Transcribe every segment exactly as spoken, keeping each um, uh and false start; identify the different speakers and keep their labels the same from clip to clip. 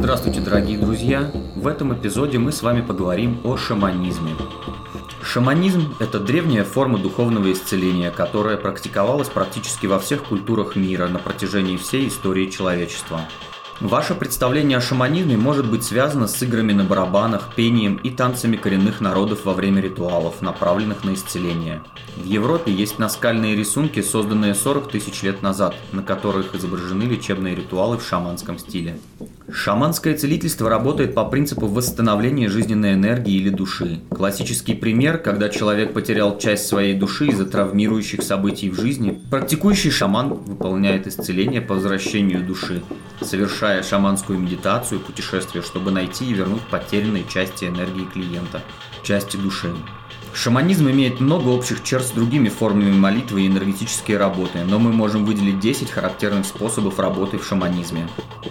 Speaker 1: Здравствуйте, дорогие друзья! В этом эпизоде мы с вами поговорим о шаманизме. Шаманизм – это древняя форма духовного исцеления, которая практиковалась практически во всех культурах мира на протяжении всей истории человечества. Ваше представление о шаманизме может быть связано с играми на барабанах, пением и танцами коренных народов во время ритуалов, направленных на исцеление. В Европе есть наскальные рисунки, созданные сорок тысяч лет назад, на которых изображены лечебные ритуалы в шаманском стиле. Шаманское целительство работает по принципу восстановления жизненной энергии или души. Классический пример, когда человек потерял часть своей души из-за травмирующих событий в жизни, практикующий шаман выполняет исцеление по возвращению души, совершая шаманскую медитацию, путешествие, чтобы найти и вернуть потерянные части энергии клиента, части души. Шаманизм имеет много общих черт с другими формами молитвы и энергетической работы, но мы можем выделить десять характерных способов работы в шаманизме.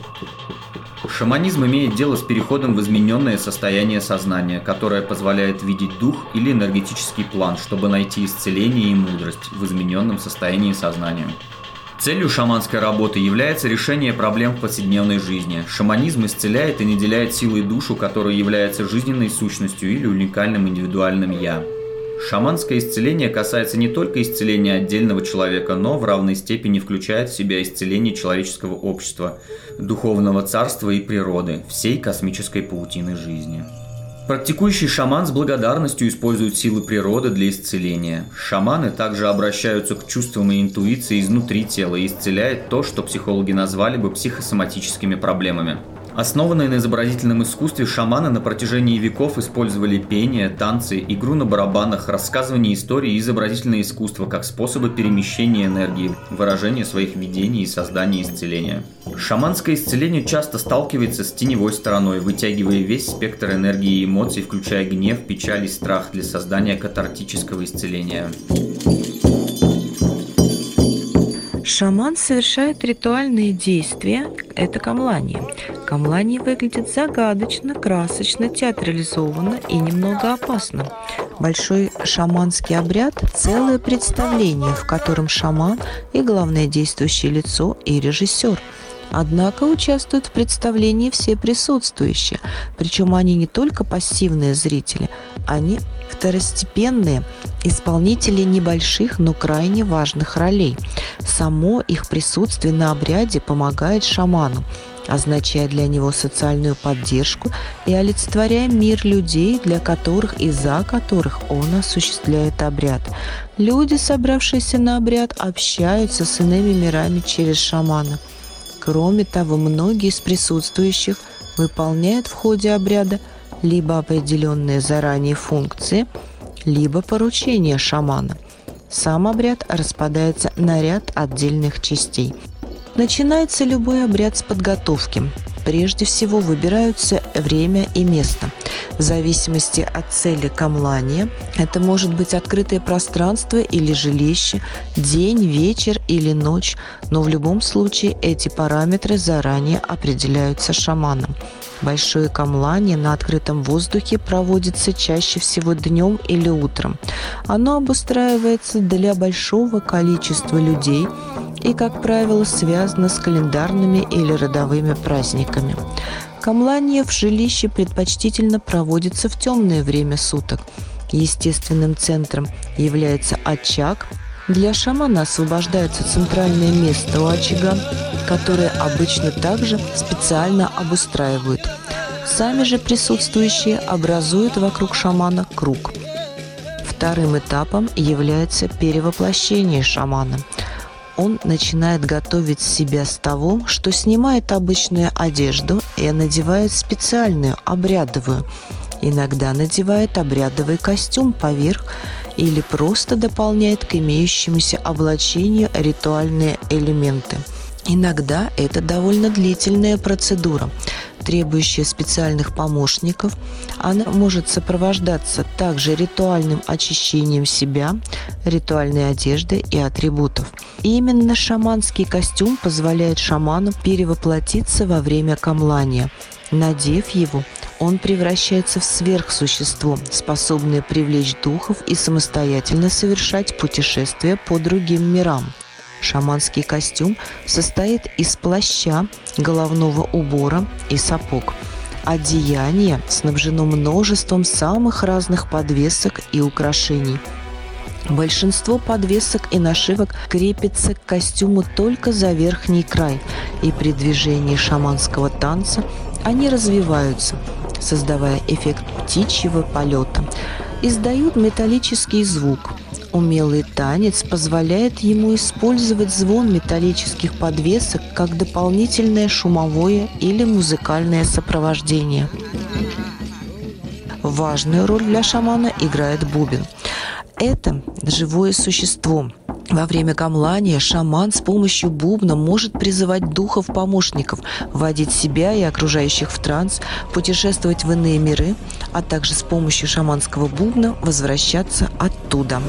Speaker 1: Шаманизм имеет дело с переходом в измененное состояние сознания, которое позволяет видеть дух или энергетический план, чтобы найти исцеление и мудрость в измененном состоянии сознания. Целью шаманской работы является решение проблем в повседневной жизни. Шаманизм исцеляет и наделяет силой душу, которая является жизненной сущностью или уникальным индивидуальным «я». Шаманское исцеление касается не только исцеления отдельного человека, но в равной степени включает в себя исцеление человеческого общества, духовного царства и природы, всей космической паутины жизни. Практикующий шаман с благодарностью использует силы природы для исцеления. Шаманы также обращаются к чувствам и интуиции изнутри тела и исцеляют то, что психологи назвали бы психосоматическими проблемами. Основанные на изобразительном искусстве, шаманы на протяжении веков использовали пение, танцы, игру на барабанах, рассказывание историй и изобразительное искусство как способы перемещения энергии, выражения своих видений и создания исцеления. Шаманское исцеление часто сталкивается с теневой стороной, вытягивая весь спектр энергии и эмоций, включая гнев, печаль и страх для создания катартического исцеления.
Speaker 2: Шаман совершает ритуальные действия – это камлание. Камлание выглядит загадочно, красочно, театрализованно и немного опасно. Большой шаманский обряд – целое представление, в котором шаман и главное действующее лицо и режиссер. Однако участвуют в представлении все присутствующие, причем они не только пассивные зрители, они второстепенные исполнители небольших, но крайне важных ролей. Само их присутствие на обряде помогает шаману, означая для него социальную поддержку и олицетворяя мир людей, для которых и за которых он осуществляет обряд. Люди, собравшиеся на обряд, общаются с иными мирами через шамана. Кроме того, многие из присутствующих выполняют в ходе обряда либо определенные заранее функции, либо поручения шамана. Сам обряд распадается на ряд отдельных частей. Начинается любой обряд с подготовки. Прежде всего выбираются время и место. В зависимости от цели камлания это может быть открытое пространство или жилище, день, вечер или ночь, но в любом случае эти параметры заранее определяются шаманом. Большое камлание на открытом воздухе проводится чаще всего днем или утром. Оно обустраивается для большого количества людей и, как правило, связано с календарными или родовыми праздниками. Камлание в жилище предпочтительно проводится в темное время суток. Естественным центром является очаг. Для шамана освобождается центральное место у очага, которое обычно также специально обустраивают. Сами же присутствующие образуют вокруг шамана круг. Вторым этапом является перевоплощение шамана. Он начинает готовить себя с того, что снимает обычную одежду и надевает специальную, обрядовую. Иногда надевает обрядовый костюм поверх или просто дополняет к имеющемуся облачению ритуальные элементы. Иногда это довольно длительная процедура, требующая специальных помощников. Она может сопровождаться также ритуальным очищением себя, ритуальной одежды и атрибутов. И именно шаманский костюм позволяет шаману перевоплотиться во время камлания. Надев его, он превращается в сверхсущество, способное привлечь духов и самостоятельно совершать путешествия по другим мирам. Шаманский костюм состоит из плаща, головного убора и сапог. Одеяние снабжено множеством самых разных подвесок и украшений. Большинство подвесок и нашивок крепится к костюму только за верхний край, и при движении шаманского танца они развиваются, создавая эффект птичьего полета. Издают металлический звук. Умелый танец позволяет ему использовать звон металлических подвесок как дополнительное шумовое или музыкальное сопровождение. Важную роль для шамана играет бубен. Это живое существо. Во время камлания шаман с помощью бубна может призывать духов-помощников, вводить себя и окружающих в транс, путешествовать в иные миры, а также с помощью шаманского бубна возвращаться оттуда.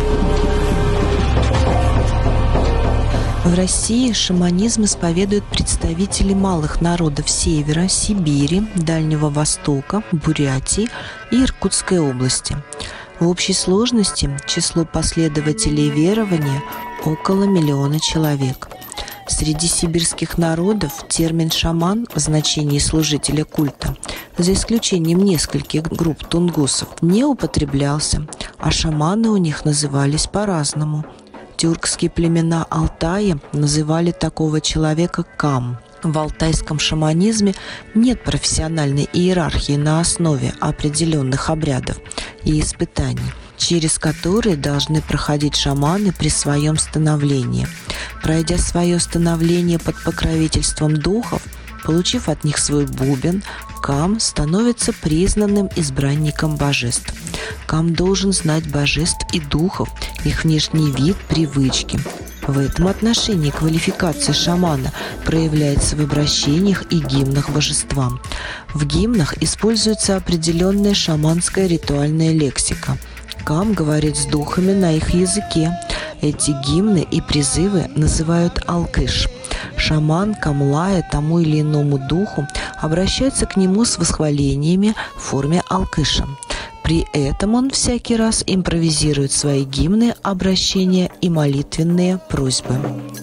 Speaker 2: В России шаманизм исповедуют представители малых народов Севера, Сибири, Дальнего Востока, Бурятии и Иркутской области. В общей сложности число последователей верования около миллиона человек. Среди сибирских народов термин «шаман» в значении служителя культа, за исключением нескольких групп тунгусов, не употреблялся, а шаманы у них назывались по-разному. Тюркские племена Алтая называли такого человека кам. В алтайском шаманизме нет профессиональной иерархии на основе определенных обрядов и испытаний, через которые должны проходить шаманы при своем становлении. Пройдя свое становление под покровительством духов, получив от них свой бубен, кам становится признанным избранником божеств. Кам должен знать божеств и духов, их внешний вид, привычки. В этом отношении квалификация шамана проявляется в обращениях и гимнах божествам. В гимнах используется определенная шаманская ритуальная лексика. Кам говорит с духами на их языке. Эти гимны и призывы называют алкыш. Шаман, камлая тому или иному духу, обращается к нему с восхвалениями в форме алкыша. При этом он всякий раз импровизирует свои гимны, обращения и молитвенные просьбы.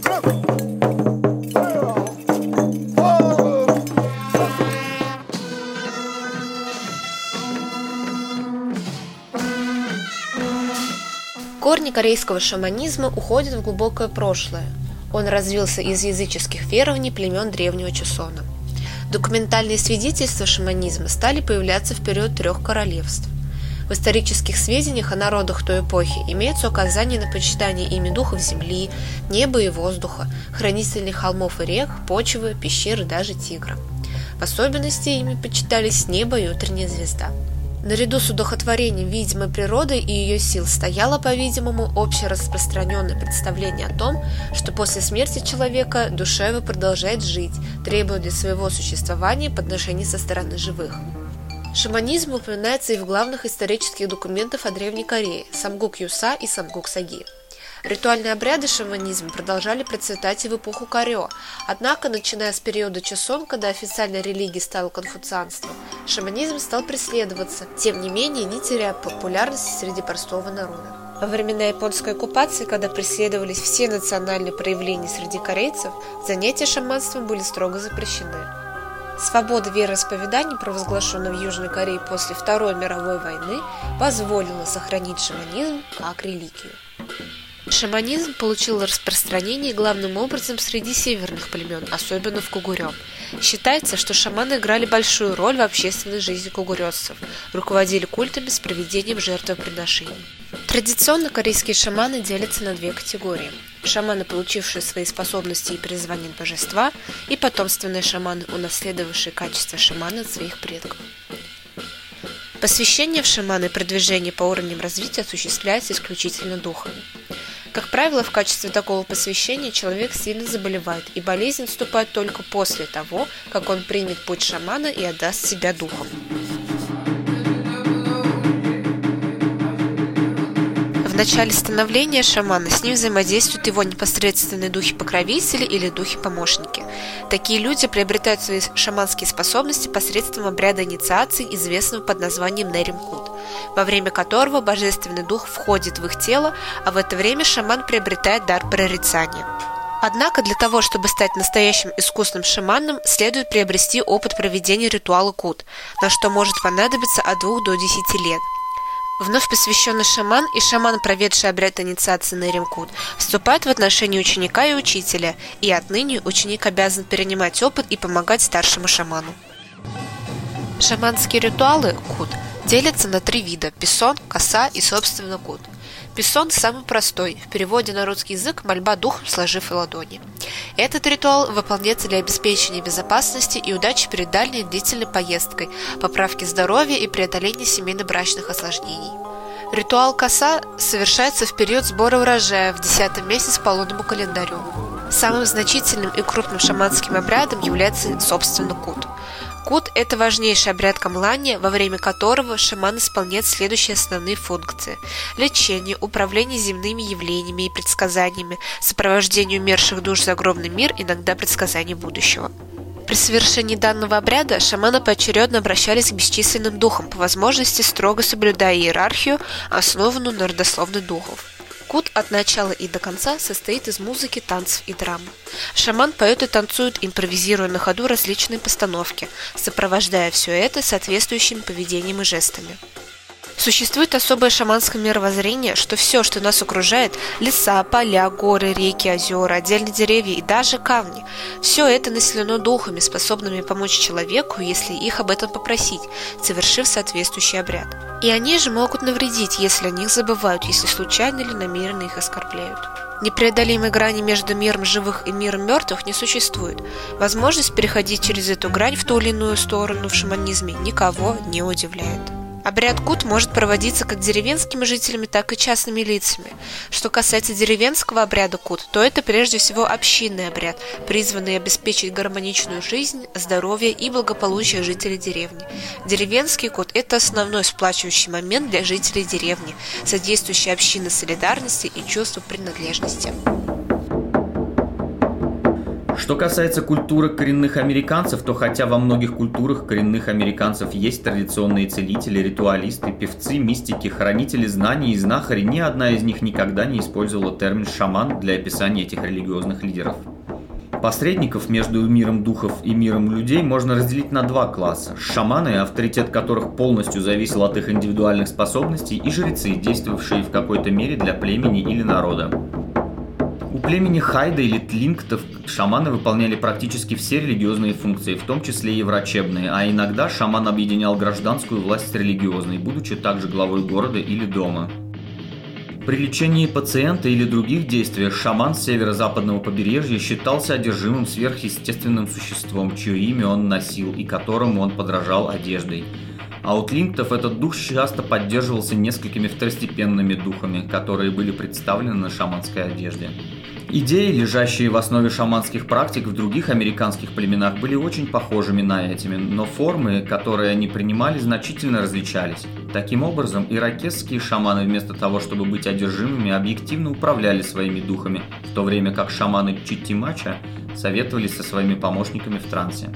Speaker 3: Корни корейского шаманизма уходят в глубокое прошлое. Он развился из языческих верований племен древнего Чосона. Документальные свидетельства шаманизма стали появляться в период трех королевств. В исторических сведениях о народах той эпохи имеются указания на почитание ими духов земли, неба и воздуха, хранителей холмов и рек, почвы, пещер и даже тигра. В особенности ими почитались небо и утренняя звезда. Наряду с удохотворением видимой природы и ее сил стояло, по-видимому, общераспространенное представление о том, что после смерти человека душа его продолжает жить, требуя для своего существования подношений со стороны живых. Шаманизм упоминается и в главных исторических документах о Древней Корее – Самгук-Юса и Самгук-Саги. Ритуальные обряды шаманизма продолжали процветать и в эпоху Корё, однако, начиная с периода Чосон, когда официальной религией стало конфуцианство, шаманизм стал преследоваться, тем не менее не теряя популярности среди простого народа. Во времена японской оккупации, когда преследовались все национальные проявления среди корейцев, занятия шаманством были строго запрещены. Свобода вероисповеданий, провозглашенная в Южной Корее после Второй мировой войны, позволила сохранить шаманизм как религию. Шаманизм получил распространение главным образом среди северных племен, особенно в Кугурё. Считается, что шаманы играли большую роль в общественной жизни кугурёцев, руководили культами с проведением жертвоприношений. Традиционно корейские шаманы делятся на две категории. Шаманы, получившие свои способности и призвание от божества, и потомственные шаманы, унаследовавшие качества шамана от своих предков. Посвящение в шаманы и продвижение по уровням развития осуществляется исключительно духами. Как правило, в качестве такого посвящения человек сильно заболевает, и болезнь наступает только после того, как он примет путь шамана и отдаст себя духам. В начале становления шамана с ним взаимодействуют его непосредственные духи-покровители или духи-помощники. Такие люди приобретают свои шаманские способности посредством обряда инициации, известного под названием Нерим-Кут, во время которого божественный дух входит в их тело, а в это время шаман приобретает дар прорицания. Однако для того, чтобы стать настоящим искусным шаманом, следует приобрести опыт проведения ритуала Кут, на что может понадобиться от двух до десяти лет. Вновь посвященный шаман и шаман, проведший обряд инициации Нерим-Кут, вступают в отношения ученика и учителя, и отныне ученик обязан перенимать опыт и помогать старшему шаману. Шаманские ритуалы Кут делятся на три вида – писон, коса и, собственно, Кут. Писон самый простой, в переводе на русский язык «мольба духом, сложив ладони». Этот ритуал выполняется для обеспечения безопасности и удачи перед дальней длительной поездкой, поправки здоровья и преодоления семейно-брачных осложнений. Ритуал коса совершается в период сбора урожая в десятом месяце по лунному календарю. Самым значительным и крупным шаманским обрядом является, собственно, Кут. Кут – это важнейший обряд камлания, во время которого шаман исполняет следующие основные функции: лечение, управление земными явлениями и предсказаниями, сопровождение умерших душ в загробный мир, иногда предсказание будущего. При совершении данного обряда шаманы поочередно обращались к бесчисленным духам, по возможности строго соблюдая иерархию, основанную на родословных духов. Кут от начала и до конца состоит из музыки, танцев и драм. Шаман поет и танцует, импровизируя на ходу различные постановки, сопровождая все это соответствующим поведением и жестами. Существует особое шаманское мировоззрение, что все, что нас окружает – леса, поля, горы, реки, озера, отдельные деревья и даже камни – все это населено духами, способными помочь человеку, если их об этом попросить, совершив соответствующий обряд. И они же могут навредить, если о них забывают, если случайно или намеренно их оскорбляют. Непреодолимой грани между миром живых и миром мертвых не существует. Возможность переходить через эту грань в ту или иную сторону в шаманизме никого не удивляет. Обряд Кут может проводиться как деревенскими жителями, так и частными лицами. Что касается деревенского обряда Кут, то это прежде всего общинный обряд, призванный обеспечить гармоничную жизнь, здоровье и благополучие жителей деревни. Деревенский Кут – это основной сплачивающий момент для жителей деревни, содействующий общинной солидарности и чувству принадлежности.
Speaker 1: Что касается культуры коренных американцев, то хотя во многих культурах коренных американцев есть традиционные целители, ритуалисты, певцы, мистики, хранители знаний и знахари, ни одна из них никогда не использовала термин «шаман» для описания этих религиозных лидеров. Посредников между миром духов и миром людей можно разделить на два класса – шаманы, авторитет которых полностью зависел от их индивидуальных способностей, и жрецы, действовавшие в какой-то мере для племени или народа. У племени Хайда или Тлингтов шаманы выполняли практически все религиозные функции, в том числе и врачебные, а иногда шаман объединял гражданскую власть с религиозной, будучи также главой города или дома. При лечении пациента или других действиях шаман с северо-западного побережья считался одержимым сверхъестественным существом, чье имя он носил и которому он подражал одеждой. А у Тлингтов этот дух часто поддерживался несколькими второстепенными духами, которые были представлены на шаманской одежде. Идеи, лежащие в основе шаманских практик в других американских племенах, были очень похожими на этими, но формы, которые они принимали, значительно различались. Таким образом, иракесские шаманы вместо того, чтобы быть одержимыми, объективно управляли своими духами, в то время как шаманы Читтимача советовались со своими помощниками в трансе.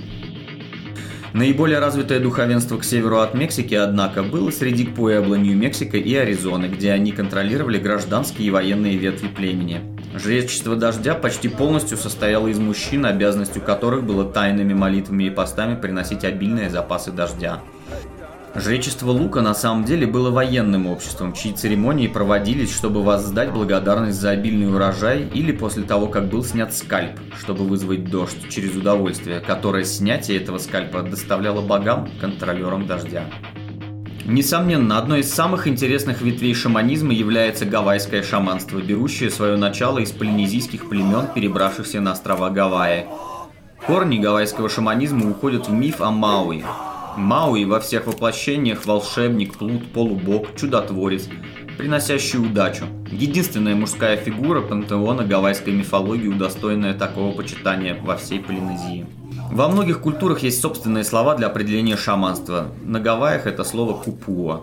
Speaker 1: Наиболее развитое духовенство к северу от Мексики, однако, было среди Пуэбло, Нью-Мексико и Аризоны, где они контролировали гражданские и военные ветви племени. Жречество дождя почти полностью состояло из мужчин, обязанностью которых было тайными молитвами и постами приносить обильные запасы дождя. Жречество Лука на самом деле было военным обществом, чьи церемонии проводились, чтобы воздать благодарность за обильный урожай или после того, как был снят скальп, чтобы вызвать дождь через удовольствие, которое снятие этого скальпа доставляло богам, контролерам дождя. Несомненно, одной из самых интересных ветвей шаманизма является гавайское шаманство, берущее свое начало из полинезийских племен, перебравшихся на острова Гавайи. Корни гавайского шаманизма уходят в миф о Мауи. Мауи во всех воплощениях – волшебник, плут, полубог, чудотворец, приносящий удачу. Единственная мужская фигура пантеона гавайской мифологии, удостоенная такого почитания во всей Полинезии. Во многих культурах есть собственные слова для определения шаманства. На Гавайях это слово «купуа».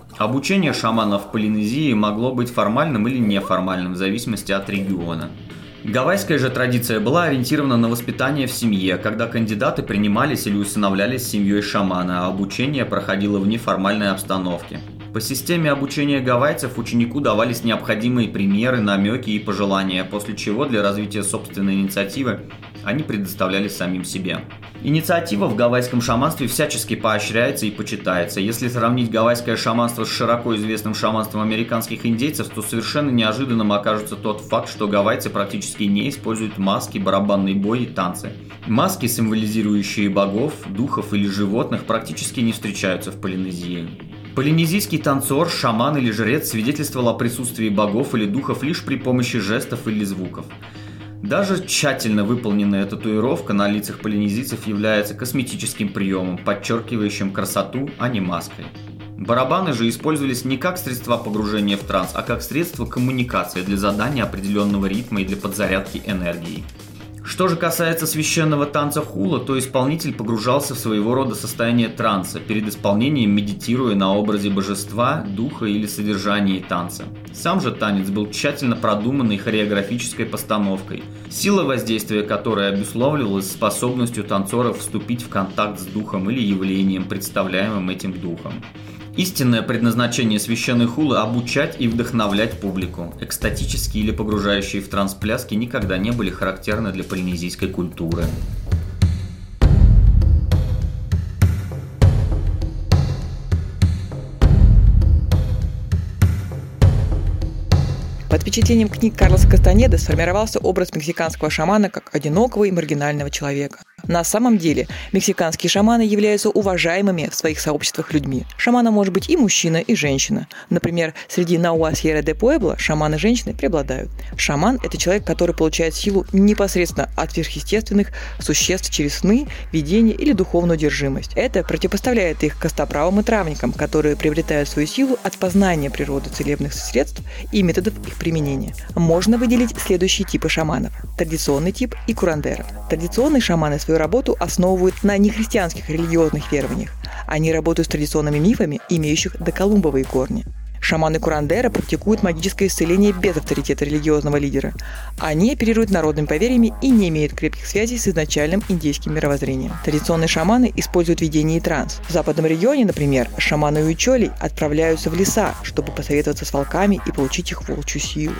Speaker 1: Обучение шаманов в Полинезии могло быть формальным или неформальным, в зависимости от региона. Гавайская же традиция была ориентирована на воспитание в семье, когда кандидаты принимались или усыновлялись семьей шамана, а обучение проходило в неформальной обстановке. По системе обучения гавайцев ученику давались необходимые примеры, намеки и пожелания, после чего для развития собственной инициативы они предоставлялись самим себе. Инициатива в гавайском шаманстве всячески поощряется и почитается. Если сравнить гавайское шаманство с широко известным шаманством американских индейцев, то совершенно неожиданным окажется тот факт, что гавайцы практически не используют маски, барабанный бой и танцы. Маски, символизирующие богов, духов или животных, практически не встречаются в Полинезии. Полинезийский танцор, шаман или жрец свидетельствовал о присутствии богов или духов лишь при помощи жестов или звуков. Даже тщательно выполненная татуировка на лицах полинезийцев является косметическим приемом, подчеркивающим красоту, а не маской. Барабаны же использовались не как средства погружения в транс, а как средство коммуникации для задания определенного ритма и для подзарядки энергии. Что же касается священного танца хула, то исполнитель погружался в своего рода состояние транса, перед исполнением медитируя на образе божества, духа или содержании танца. Сам же танец был тщательно продуманной хореографической постановкой, сила воздействия которой обусловливалась способностью танцоров вступить в контакт с духом или явлением, представляемым этим духом. Истинное предназначение священной хулы – обучать и вдохновлять публику. Экстатические или погружающие в транс пляски никогда не были характерны для полинезийской культуры.
Speaker 4: Под впечатлением книг Карлоса Кастанеды сформировался образ мексиканского шамана как одинокого и маргинального человека. На самом деле, мексиканские шаманы являются уважаемыми в своих сообществах людьми. Шаманом может быть и мужчина, и женщина. Например, среди Науа Сьерра де Пуэбло шаманы-женщины преобладают. Шаман – это человек, который получает силу непосредственно от сверхъестественных существ через сны, видения или духовную одержимость. Это противопоставляет их костоправам и травникам, которые приобретают свою силу от познания природы целебных средств и методов их применения. Можно выделить следующие типы шаманов. Традиционный тип и курандера. Традиционные шаманы свою работу основывают на нехристианских религиозных верованиях. Они работают с традиционными мифами, имеющих доколумбовые корни. Шаманы курандера практикуют магическое исцеление без авторитета религиозного лидера. Они оперируют народными поверьями и не имеют крепких связей с изначальным индейским мировоззрением. Традиционные шаманы используют видение и транс. В западном регионе, например, шаманы уичоли отправляются в леса, чтобы посоветоваться с волками и получить их волчью силу.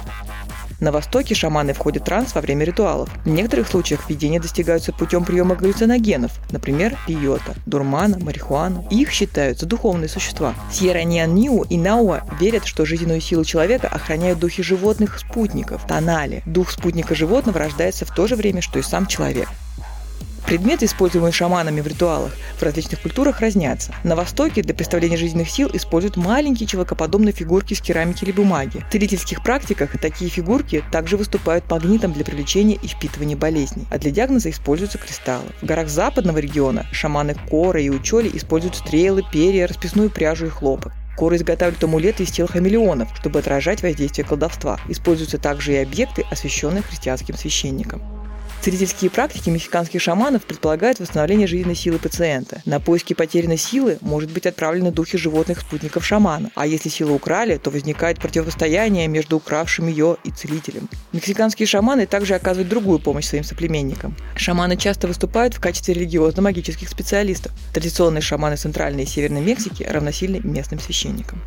Speaker 4: На Востоке шаманы входят в транс во время ритуалов. В некоторых случаях видения достигаются путем приема галлюциногенов, например, пиота, дурмана, марихуаны. Их считают за духовные существа. Сьерра-Ниан-Ниу и Науа верят, что жизненную силу человека охраняют духи животных спутников, тонали. Дух спутника животного рождается в то же время, что и сам человек. Предметы, используемые шаманами в ритуалах, в различных культурах разнятся. На Востоке для представления жизненных сил используют маленькие человекоподобные фигурки из керамики или бумаги. В целительских практиках такие фигурки также выступают магнитом для привлечения и впитывания болезней, а для диагноза используются кристаллы. В горах западного региона шаманы Кора и Учоли используют стрелы, перья, расписную пряжу и хлопок. Коры изготавливают амулеты из тел хамелеонов, чтобы отражать воздействие колдовства. Используются также и объекты, освященные христианским священником. Целительские практики мексиканских шаманов предполагают восстановление жизненной силы пациента. На поиски потерянной силы может быть отправлены духи животных спутников шамана, а если силу украли, то возникает противостояние между укравшим ее и целителем. Мексиканские шаманы также оказывают другую помощь своим соплеменникам. Шаманы часто выступают в качестве религиозно-магических специалистов. Традиционные шаманы Центральной и Северной Мексики равносильны местным священникам.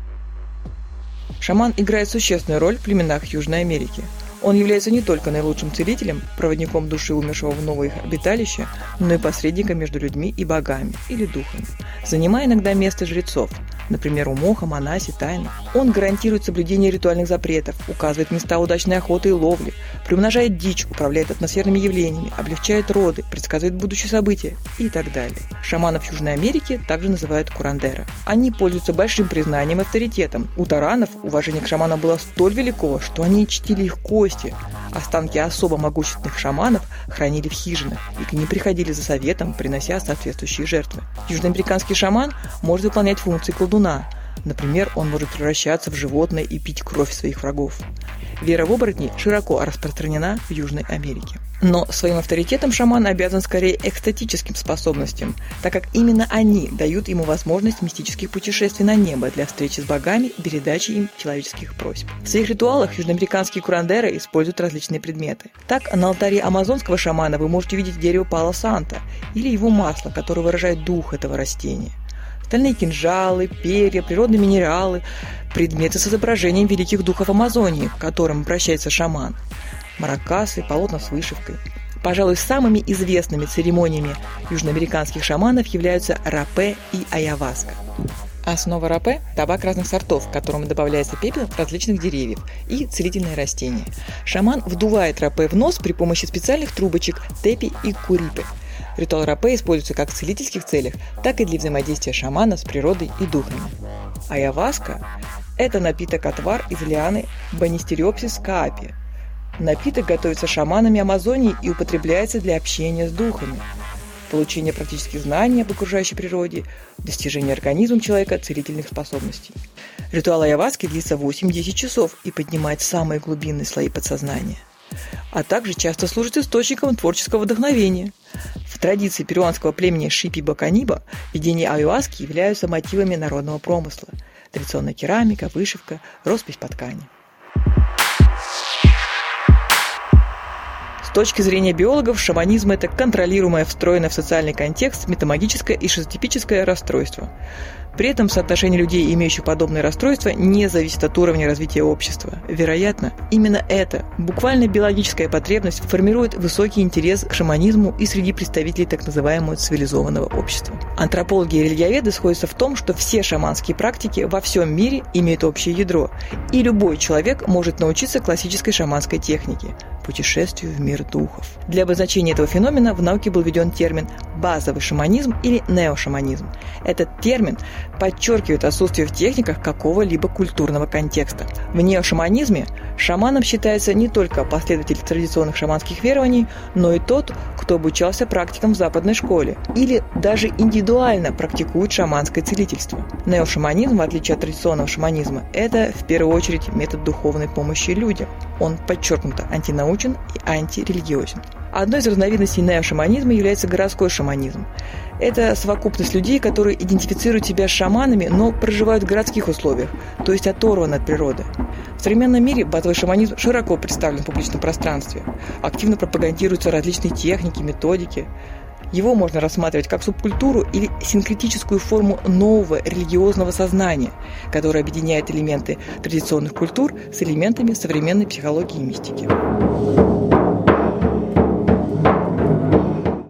Speaker 4: Шаман играет существенную роль в племенах Южной Америки. Он является не только наилучшим целителем, проводником души умершего в новое их обиталище, но и посредником между людьми и богами или духами, занимая иногда место жрецов, например, у Моха, Манаси, Тайна. Он гарантирует соблюдение ритуальных запретов, указывает места удачной охоты и ловли, приумножает дичь, управляет атмосферными явлениями, облегчает роды, предсказывает будущие события и так далее. Шаманов Южной Америки также называют курандера. Они пользуются большим признанием и авторитетом. У таранов уважение к шаманам было столь велико, что они чтили их кости. Останки особо могущественных шаманов хранили в хижинах и к ним приходили за советом, принося соответствующие жертвы. Южноамериканский шаман может выполнять функции колдуна. Например, он может превращаться в животное и пить кровь своих врагов. Вера в оборотней широко распространена в Южной Америке. Но своим авторитетом шаман обязан скорее экстатическим способностям, так как именно они дают ему возможность мистических путешествий на небо для встречи с богами и передачи им человеческих просьб. В своих ритуалах южноамериканские курандеры используют различные предметы. Так, на алтаре амазонского шамана вы можете увидеть дерево пало-санто или его масло, которое выражает дух этого растения. Стальные кинжалы, перья, природные минералы, предметы с изображением великих духов Амазонии, к которым обращается шаман, маракасы, полотна с вышивкой. Пожалуй, самыми известными церемониями южноамериканских шаманов являются рапе и айаваска. Основа рапе – табак разных сортов, к которому добавляется пепел различных деревьев и целительные растения. Шаман вдувает рапе в нос при помощи специальных трубочек тепи и курипы. Ритуал рапе используется как в целительских целях, так и для взаимодействия шамана с природой и духами. Айаваска – это напиток-отвар из лианы Банистериопсис каапи. Напиток готовится шаманами Амазонии и употребляется для общения с духами, получения практических знаний об окружающей природе, достижения организмом человека целительных способностей. Ритуал айаваски длится восемь-десять часов и поднимает самые глубинные слои подсознания, а также часто служит источником творческого вдохновения. В традиции перуанского племени Шипи-Баканиба видения айаваски являются мотивами народного промысла – традиционная керамика, вышивка, роспись по ткани. С точки зрения биологов, шаманизм – это контролируемое, встроенное в социальный контекст метамагическое и шизотипическое расстройство. При этом соотношение людей, имеющих подобные расстройства, не зависит от уровня развития общества. Вероятно, именно эта буквально биологическая потребность формирует высокий интерес к шаманизму и среди представителей так называемого цивилизованного общества. Антропологи и религиоведы сходятся в том, что все шаманские практики во всем мире имеют общее ядро, и любой человек может научиться классической шаманской технике – путешествию в мир духов. Для обозначения этого феномена в науке был введен термин «базовый шаманизм» или «неошаманизм». Этот термин подчеркивает отсутствие в техниках какого-либо культурного контекста. В неошаманизме шаманом считается не только последователь традиционных шаманских верований, но и тот, кто обучался практикам в западной школе или даже индивидуально практикует шаманское целительство. Неошаманизм, в отличие от традиционного шаманизма, это в первую очередь метод духовной помощи людям. Он подчеркнуто антинаучен и антирелигиозен. Одной из разновидностей неошаманизма является городской шаманизм. Это совокупность людей, которые идентифицируют себя с шаманами, но проживают в городских условиях, то есть оторваны от природы. В современном мире базовый шаманизм широко представлен в публичном пространстве. Активно пропагандируются различные техники, методики. Его можно рассматривать как субкультуру или синкретическую форму нового религиозного сознания, которое объединяет элементы традиционных культур с элементами современной психологии и мистики.